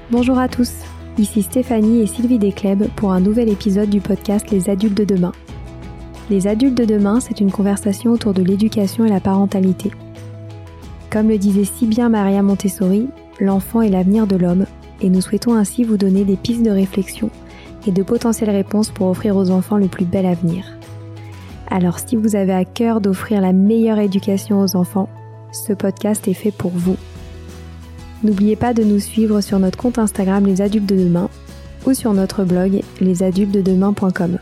Bonjour à tous, ici Stéphanie et Sylvie Desclèbes pour un nouvel épisode du podcast Les Adultes de demain. Les Adultes de demain, c'est une conversation autour de l'éducation et la parentalité. Comme le disait si bien Maria Montessori, l'enfant est l'avenir de l'homme et nous souhaitons ainsi vous donner des pistes de réflexion et de potentielles réponses pour offrir aux enfants le plus bel avenir. Alors si vous avez à cœur d'offrir la meilleure éducation aux enfants, ce podcast est fait pour vous. N'oubliez pas de nous suivre sur notre compte Instagram Les Adultes de Demain ou sur notre blog lesadultesdedemain.com.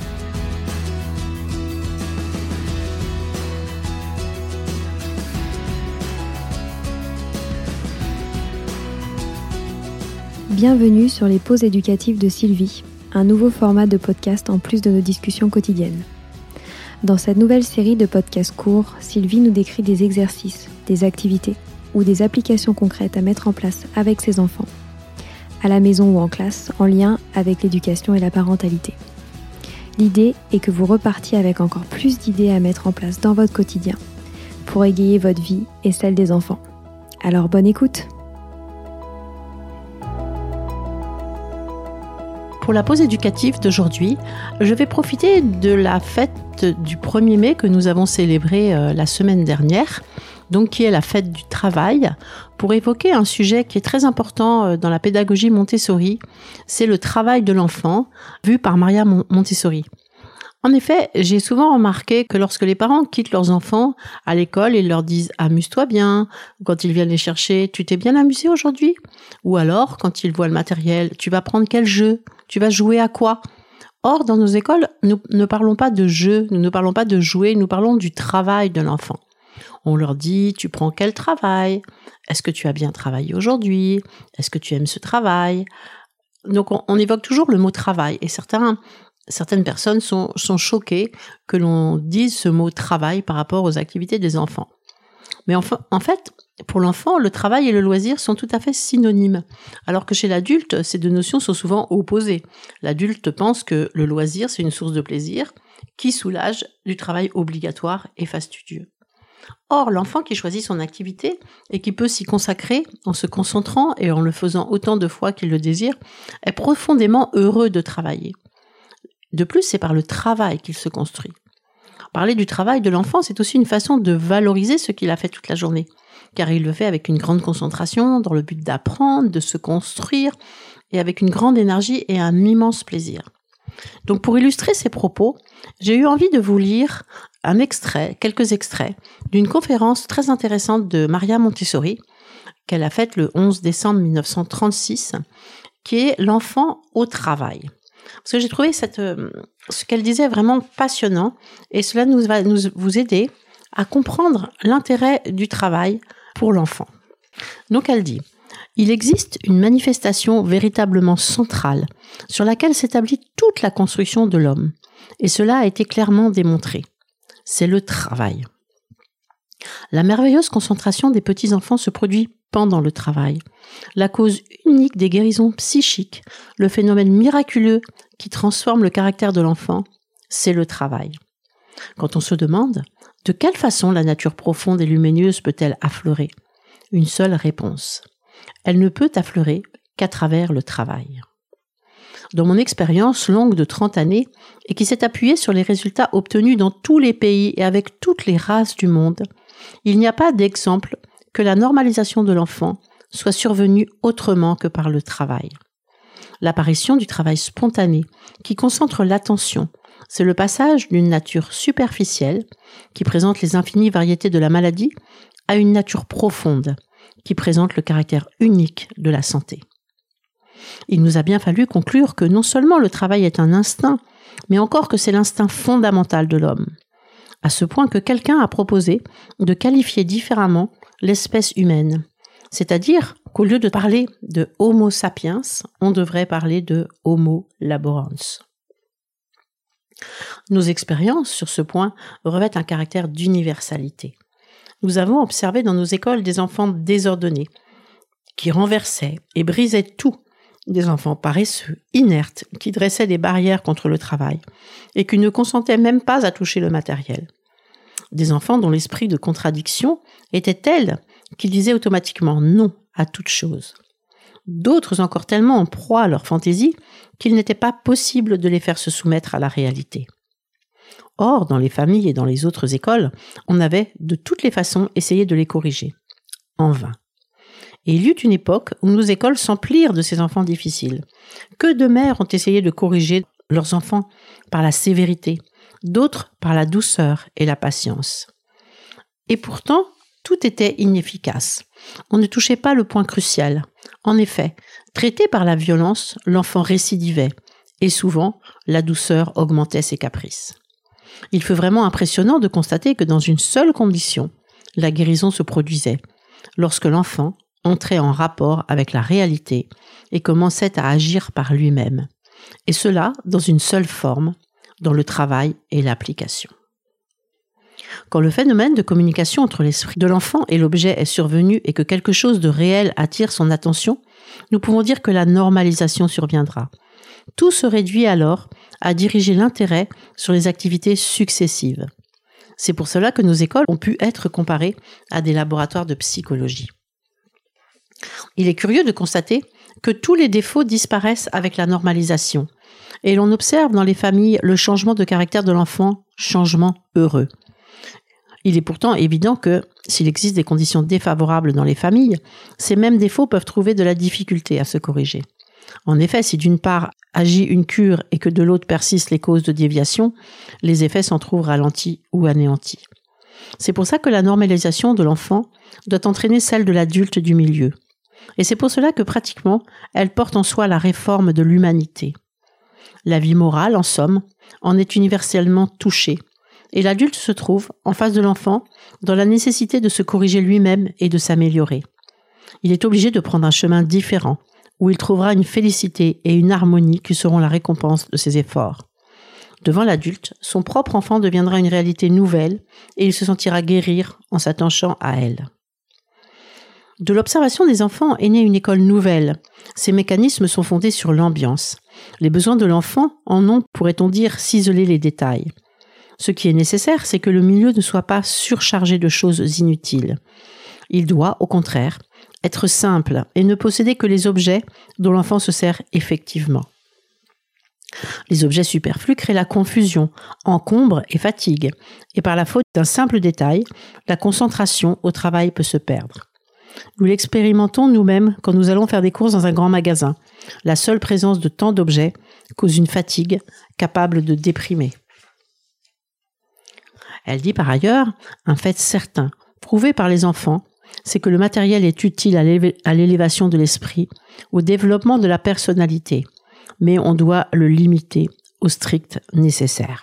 Bienvenue sur les pauses éducatives de Sylvie, un nouveau format de podcast en plus de nos discussions quotidiennes. Dans cette nouvelle série de podcasts courts, Sylvie nous décrit des exercices, des activités ou des applications concrètes à mettre en place avec ses enfants, à la maison ou en classe, en lien avec l'éducation et la parentalité. L'idée est que vous repartiez avec encore plus d'idées à mettre en place dans votre quotidien pour égayer votre vie et celle des enfants. Alors bonne écoute! Pour la pause éducative d'aujourd'hui, je vais profiter de la fête du 1er mai que nous avons célébrée la semaine dernière, donc qui est la fête du travail, pour évoquer un sujet qui est très important dans la pédagogie Montessori, c'est le travail de l'enfant, vu par Maria Montessori. En effet, j'ai souvent remarqué que lorsque les parents quittent leurs enfants à l'école, ils leur disent « amuse-toi bien », ou quand ils viennent les chercher « tu t'es bien amusé aujourd'hui ?» ou alors, quand ils voient le matériel « tu vas prendre quel jeu ? Tu vas jouer à quoi ?» Or, dans nos écoles, nous ne parlons pas de jeu, nous ne parlons pas de jouer, nous parlons du travail de l'enfant. On leur dit « tu prends quel travail ? Est-ce que tu as bien travaillé aujourd'hui ? Est-ce que tu aimes ce travail ?» Donc, on évoque toujours le mot « travail » et certaines personnes sont choquées que l'on dise ce mot « travail » par rapport aux activités des enfants. Mais en fait, pour l'enfant, le travail et le loisir sont tout à fait synonymes, alors que chez l'adulte, ces deux notions sont souvent opposées. L'adulte pense que le loisir, c'est une source de plaisir qui soulage du travail obligatoire et fastidieux. Or, l'enfant qui choisit son activité et qui peut s'y consacrer en se concentrant et en le faisant autant de fois qu'il le désire, est profondément heureux de travailler. De plus, c'est par le travail qu'il se construit. Parler du travail de l'enfant, c'est aussi une façon de valoriser ce qu'il a fait toute la journée, car il le fait avec une grande concentration, dans le but d'apprendre, de se construire, et avec une grande énergie et un immense plaisir. Donc pour illustrer ces propos, j'ai eu envie de vous lire quelques extraits d'une conférence très intéressante de Maria Montessori, qu'elle a faite le 11 décembre 1936, qui est « L'enfant au travail ». Parce que j'ai trouvé ce qu'elle disait vraiment passionnant et cela va vous aider à comprendre l'intérêt du travail pour l'enfant. Donc elle dit « Il existe une manifestation véritablement centrale sur laquelle s'établit toute la construction de l'homme et cela a été clairement démontré. C'est le travail. La merveilleuse concentration des petits-enfants se produit pendant le travail. La cause unique des guérisons psychiques, le phénomène miraculeux qui transforme le caractère de l'enfant, c'est le travail. Quand on se demande de quelle façon la nature profonde et lumineuse peut-elle affleurer, une seule réponse. Elle ne peut affleurer qu'à travers le travail. Dans mon expérience longue de 30 années et qui s'est appuyée sur les résultats obtenus dans tous les pays et avec toutes les races du monde, il n'y a pas d'exemple que la normalisation de l'enfant soit survenue autrement que par le travail. L'apparition du travail spontané, qui concentre l'attention, c'est le passage d'une nature superficielle, qui présente les infinies variétés de la maladie, à une nature profonde, qui présente le caractère unique de la santé. Il nous a bien fallu conclure que non seulement le travail est un instinct, mais encore que c'est l'instinct fondamental de l'homme, à ce point que quelqu'un a proposé de qualifier différemment l'espèce humaine, c'est-à-dire qu'au lieu de parler de Homo sapiens, on devrait parler de Homo laborans. Nos expériences sur ce point revêtent un caractère d'universalité. Nous avons observé dans nos écoles des enfants désordonnés, qui renversaient et brisaient tout, des enfants paresseux, inertes, qui dressaient des barrières contre le travail et qui ne consentaient même pas à toucher le matériel. Des enfants dont l'esprit de contradiction était tel qu'ils disaient automatiquement non à toute chose. d'autres encore tellement en proie à leur fantaisie qu'il n'était pas possible de les faire se soumettre à la réalité. Or, dans les familles et dans les autres écoles, on avait de toutes les façons essayé de les corriger. En vain. Et il y eut une époque où nos écoles s'emplirent de ces enfants difficiles. Que de mères ont essayé de corriger leurs enfants par la sévérité, d'autres par la douceur et la patience. Et pourtant, tout était inefficace. On ne touchait pas le point crucial. En effet, traité par la violence, l'enfant récidivait, et souvent, la douceur augmentait ses caprices. Il fut vraiment impressionnant de constater que dans une seule condition, la guérison se produisait, lorsque l'enfant entrait en rapport avec la réalité et commençait à agir par lui-même, et cela dans une seule forme, dans le travail et l'application. Quand le phénomène de communication entre l'esprit de l'enfant et l'objet est survenu et que quelque chose de réel attire son attention, nous pouvons dire que la normalisation surviendra. Tout se réduit alors à diriger l'intérêt sur les activités successives. C'est pour cela que nos écoles ont pu être comparées à des laboratoires de psychologie. Il est curieux de constater que tous les défauts disparaissent avec la normalisation, et l'on observe dans les familles le changement de caractère de l'enfant, changement heureux. Il est pourtant évident que, s'il existe des conditions défavorables dans les familles, ces mêmes défauts peuvent trouver de la difficulté à se corriger. En effet, si d'une part agit une cure et que de l'autre persistent les causes de déviation, les effets s'en trouvent ralentis ou anéantis. C'est pour ça que la normalisation de l'enfant doit entraîner celle de l'adulte du milieu. Et c'est pour cela que pratiquement, elle porte en soi la réforme de l'humanité. La vie morale, en somme, en est universellement touchée, et l'adulte se trouve, en face de l'enfant, dans la nécessité de se corriger lui-même et de s'améliorer. Il est obligé de prendre un chemin différent, où il trouvera une félicité et une harmonie qui seront la récompense de ses efforts. Devant l'adulte, son propre enfant deviendra une réalité nouvelle et il se sentira guérir en s'attachant à elle. De l'observation des enfants est née une école nouvelle. Ces mécanismes sont fondés sur l'ambiance. Les besoins de l'enfant en ont, pourrait-on dire, ciselé les détails. Ce qui est nécessaire, c'est que le milieu ne soit pas surchargé de choses inutiles. Il doit, au contraire, être simple et ne posséder que les objets dont l'enfant se sert effectivement. Les objets superflus créent la confusion, encombrent et fatiguent, et par la faute d'un simple détail, la concentration au travail peut se perdre. Nous l'expérimentons nous-mêmes quand nous allons faire des courses dans un grand magasin. La seule présence de tant d'objets cause une fatigue capable de déprimer. Elle dit par ailleurs, un fait certain, prouvé par les enfants, c'est que le matériel est utile à l'élévation de l'esprit, au développement de la personnalité, mais on doit le limiter au strict nécessaire.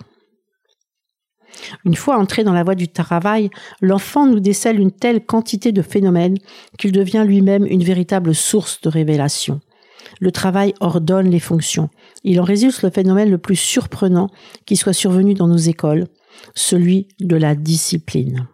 Une fois entré dans la voie du travail, l'enfant nous décèle une telle quantité de phénomènes qu'il devient lui-même une véritable source de révélation. Le travail ordonne les fonctions. Il en résulte le phénomène le plus surprenant qui soit survenu dans nos écoles, celui de la discipline.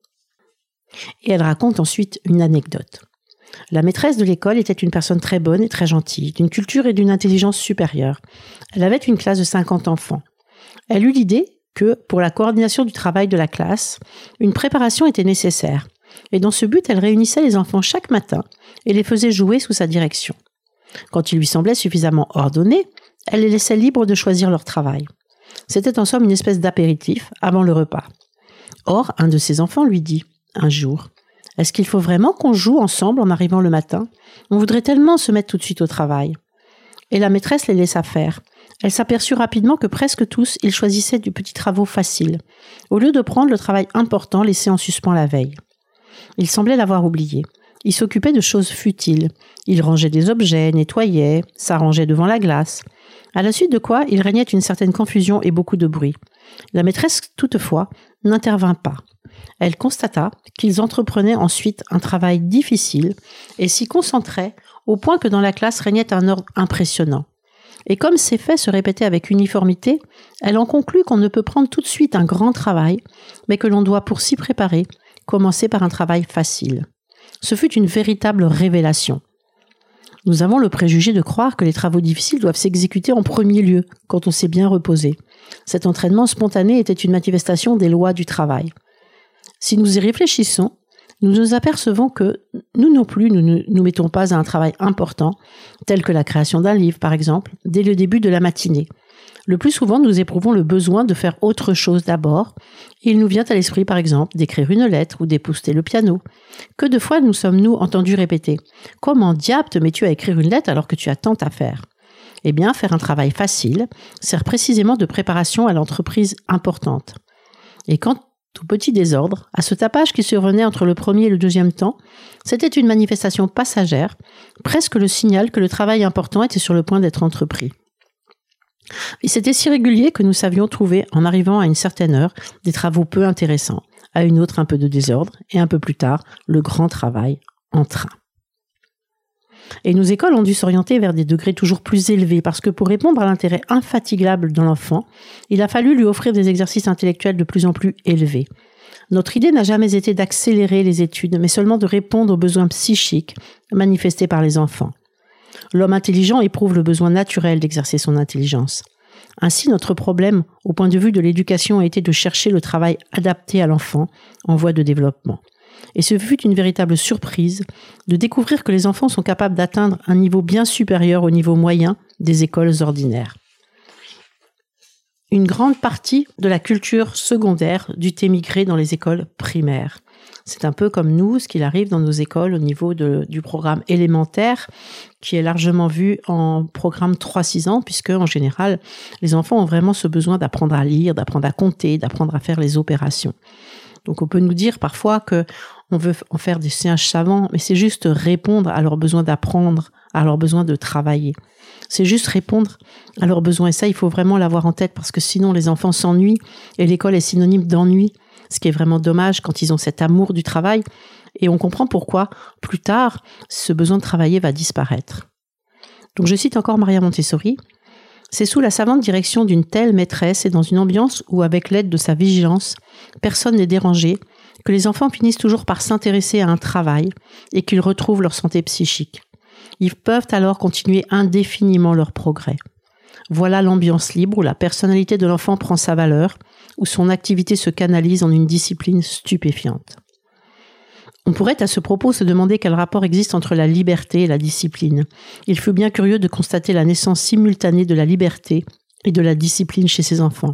Et elle raconte ensuite une anecdote. La maîtresse de l'école était une personne très bonne et très gentille, d'une culture et d'une intelligence supérieure. Elle avait une classe de 50 enfants. Elle eut l'idée que, pour la coordination du travail de la classe, une préparation était nécessaire. Et dans ce but, elle réunissait les enfants chaque matin et les faisait jouer sous sa direction. Quand il lui semblait suffisamment ordonné, elle les laissait libres de choisir leur travail. C'était en somme une espèce d'apéritif avant le repas. Or, un de ses enfants lui dit, un jour, « Est-ce qu'il faut vraiment qu'on joue ensemble en arrivant le matin ? On voudrait tellement se mettre tout de suite au travail. » Et la maîtresse les laissa faire. Elle s'aperçut rapidement que presque tous, ils choisissaient du petit travaux faciles, au lieu de prendre le travail important laissé en suspens la veille. Ils semblaient l'avoir oublié. Ils s'occupaient de choses futiles. Ils rangeaient des objets, nettoyaient, s'arrangeaient devant la glace. À la suite de quoi, il régnait une certaine confusion et beaucoup de bruit. La maîtresse, toutefois, n'intervint pas. Elle constata qu'ils entreprenaient ensuite un travail difficile et s'y concentraient au point que dans la classe régnait un ordre impressionnant. Et comme ces faits se répétaient avec uniformité, elle en conclut qu'on ne peut prendre tout de suite un grand travail, mais que l'on doit, pour s'y préparer, commencer par un travail facile. Ce fut une véritable révélation. Nous avons le préjugé de croire que les travaux difficiles doivent s'exécuter en premier lieu, quand on s'est bien reposé. Cet entraînement spontané était une manifestation des lois du travail. Si nous y réfléchissons, nous nous apercevons que nous non plus, nous ne nous mettons pas à un travail important, tel que la création d'un livre par exemple, dès le début de la matinée. Le plus souvent, nous éprouvons le besoin de faire autre chose d'abord. Il nous vient à l'esprit, par exemple, d'écrire une lettre ou d'épousseter le piano. Que de fois nous sommes-nous entendus répéter « Comment diable te mets-tu à écrire une lettre alors que tu as tant à faire ?» Eh bien, faire un travail facile sert précisément de préparation à l'entreprise importante. Et quant au petit désordre, à ce tapage qui survenait entre le premier et le deuxième temps, c'était une manifestation passagère, presque le signal que le travail important était sur le point d'être entrepris. Et c'était si régulier que nous savions trouver, en arrivant à une certaine heure, des travaux peu intéressants, à une autre un peu de désordre, et un peu plus tard, le grand travail en train. Et nos écoles ont dû s'orienter vers des degrés toujours plus élevés, parce que pour répondre à l'intérêt infatigable de l'enfant, il a fallu lui offrir des exercices intellectuels de plus en plus élevés. Notre idée n'a jamais été d'accélérer les études, mais seulement de répondre aux besoins psychiques manifestés par les enfants. L'homme intelligent éprouve le besoin naturel d'exercer son intelligence. Ainsi, notre problème, au point de vue de l'éducation, a été de chercher le travail adapté à l'enfant en voie de développement. Et ce fut une véritable surprise de découvrir que les enfants sont capables d'atteindre un niveau bien supérieur au niveau moyen des écoles ordinaires. Une grande partie de la culture secondaire dut émigrer dans les écoles primaires. C'est un peu comme nous, ce qu'il arrive dans nos écoles au niveau du programme élémentaire, qui est largement vu en programme 3-6 ans, puisque en général, les enfants ont vraiment ce besoin d'apprendre à lire, d'apprendre à compter, d'apprendre à faire les opérations. Donc on peut nous dire parfois que on veut en faire des singes savants, mais c'est juste répondre à leurs besoins d'apprendre, à leurs besoins de travailler. C'est juste répondre à leurs besoins. Et ça, il faut vraiment l'avoir en tête, parce que sinon les enfants s'ennuient, et l'école est synonyme d'ennui. Ce qui est vraiment dommage quand ils ont cet amour du travail, et on comprend pourquoi, plus tard, ce besoin de travailler va disparaître. Donc je cite encore Maria Montessori, « C'est sous la savante direction d'une telle maîtresse et dans une ambiance où, avec l'aide de sa vigilance, personne n'est dérangé, que les enfants finissent toujours par s'intéresser à un travail et qu'ils retrouvent leur santé psychique. Ils peuvent alors continuer indéfiniment leur progrès. Voilà l'ambiance libre où la personnalité de l'enfant prend sa valeur, où son activité se canalise en une discipline stupéfiante. » On pourrait à ce propos se demander quel rapport existe entre la liberté et la discipline. Il fut bien curieux de constater la naissance simultanée de la liberté et de la discipline chez ces enfants.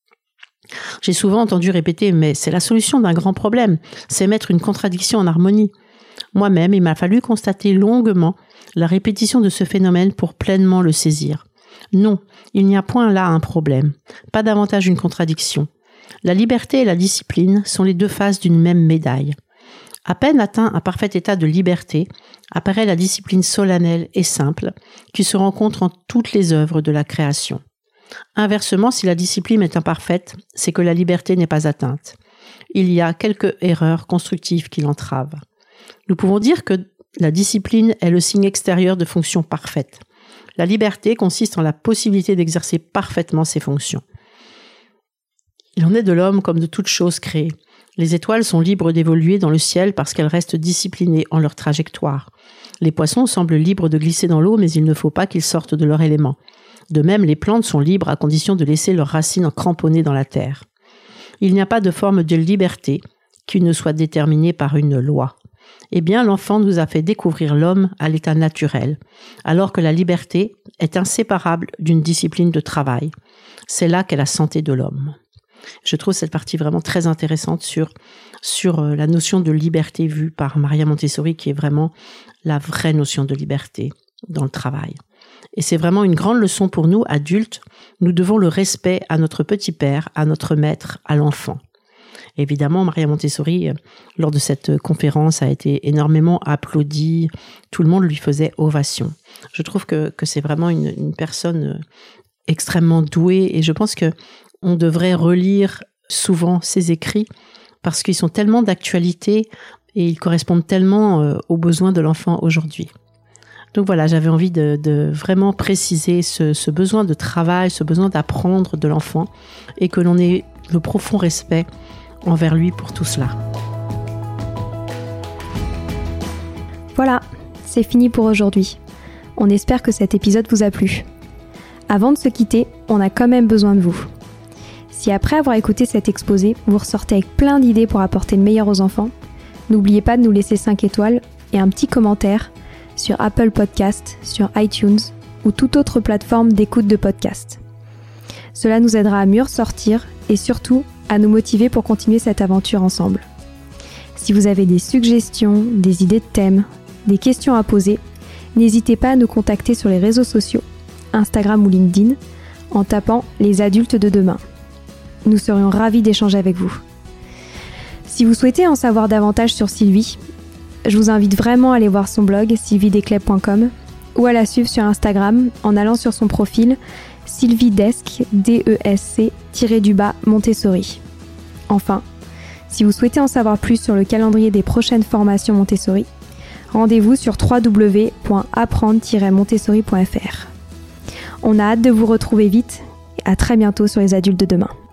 J'ai souvent entendu répéter « mais c'est la solution d'un grand problème, c'est mettre une contradiction en harmonie ». Moi-même, il m'a fallu constater longuement la répétition de ce phénomène pour pleinement le saisir. Non, il n'y a point là un problème, pas davantage une contradiction. La liberté et la discipline sont les deux faces d'une même médaille. À peine atteint un parfait état de liberté, apparaît la discipline solennelle et simple qui se rencontre en toutes les œuvres de la création. Inversement, si la discipline est imparfaite, c'est que la liberté n'est pas atteinte. Il y a quelques erreurs constructives qui l'entravent. Nous pouvons dire que la discipline est le signe extérieur de fonctions parfaites. La liberté consiste en la possibilité d'exercer parfaitement ses fonctions. Il en est de l'homme comme de toute chose créée. Les étoiles sont libres d'évoluer dans le ciel parce qu'elles restent disciplinées en leur trajectoire. Les poissons semblent libres de glisser dans l'eau, mais il ne faut pas qu'ils sortent de leur élément. De même, les plantes sont libres à condition de laisser leurs racines cramponnées dans la terre. Il n'y a pas de forme de liberté qui ne soit déterminée par une loi. Eh bien, l'enfant nous a fait découvrir l'homme à l'état naturel, alors que la liberté est inséparable d'une discipline de travail. C'est là qu'est la santé de l'homme. Je trouve cette partie vraiment très intéressante sur la notion de liberté vue par Maria Montessori, qui est vraiment la vraie notion de liberté dans le travail. Et c'est vraiment une grande leçon pour nous, adultes. Nous devons le respect à notre petit père, à notre maître, à l'enfant. Évidemment, Maria Montessori, lors de cette conférence, a été énormément applaudie. Tout le monde lui faisait ovation. Je trouve que c'est vraiment une personne extrêmement douée, et je pense que on devrait relire souvent ses écrits parce qu'ils sont tellement d'actualité et ils correspondent tellement aux besoins de l'enfant aujourd'hui. Donc voilà, j'avais envie de vraiment préciser ce besoin de travail, ce besoin d'apprendre de l'enfant, et que l'on ait le profond respect envers lui pour tout cela. Voilà, c'est fini pour aujourd'hui. On espère que cet épisode vous a plu. Avant de se quitter, on a quand même besoin de vous. Si après avoir écouté cet exposé, vous ressortez avec plein d'idées pour apporter le meilleur aux enfants, N'oubliez pas de nous laisser 5 étoiles et un petit commentaire sur Apple Podcast, sur iTunes ou toute autre plateforme d'écoute de podcast. Cela nous aidera à mieux ressortir et surtout à nous motiver pour continuer cette aventure ensemble. Si vous avez des suggestions, des idées de thèmes, des questions à poser, n'hésitez pas à nous contacter sur les réseaux sociaux, Instagram ou LinkedIn, en tapant « Les adultes de demain ». Nous serions ravis d'échanger avec vous. Si vous souhaitez en savoir davantage sur Sylvie, je vous invite vraiment à aller voir son blog sylviedescleb.com ou à la suivre sur Instagram en allant sur son profil sylviedesc, DESC-Montessori. Enfin, si vous souhaitez en savoir plus sur le calendrier des prochaines formations Montessori, rendez-vous sur www.apprendre-montessori.fr. On a hâte de vous retrouver vite et à très bientôt sur les adultes de demain.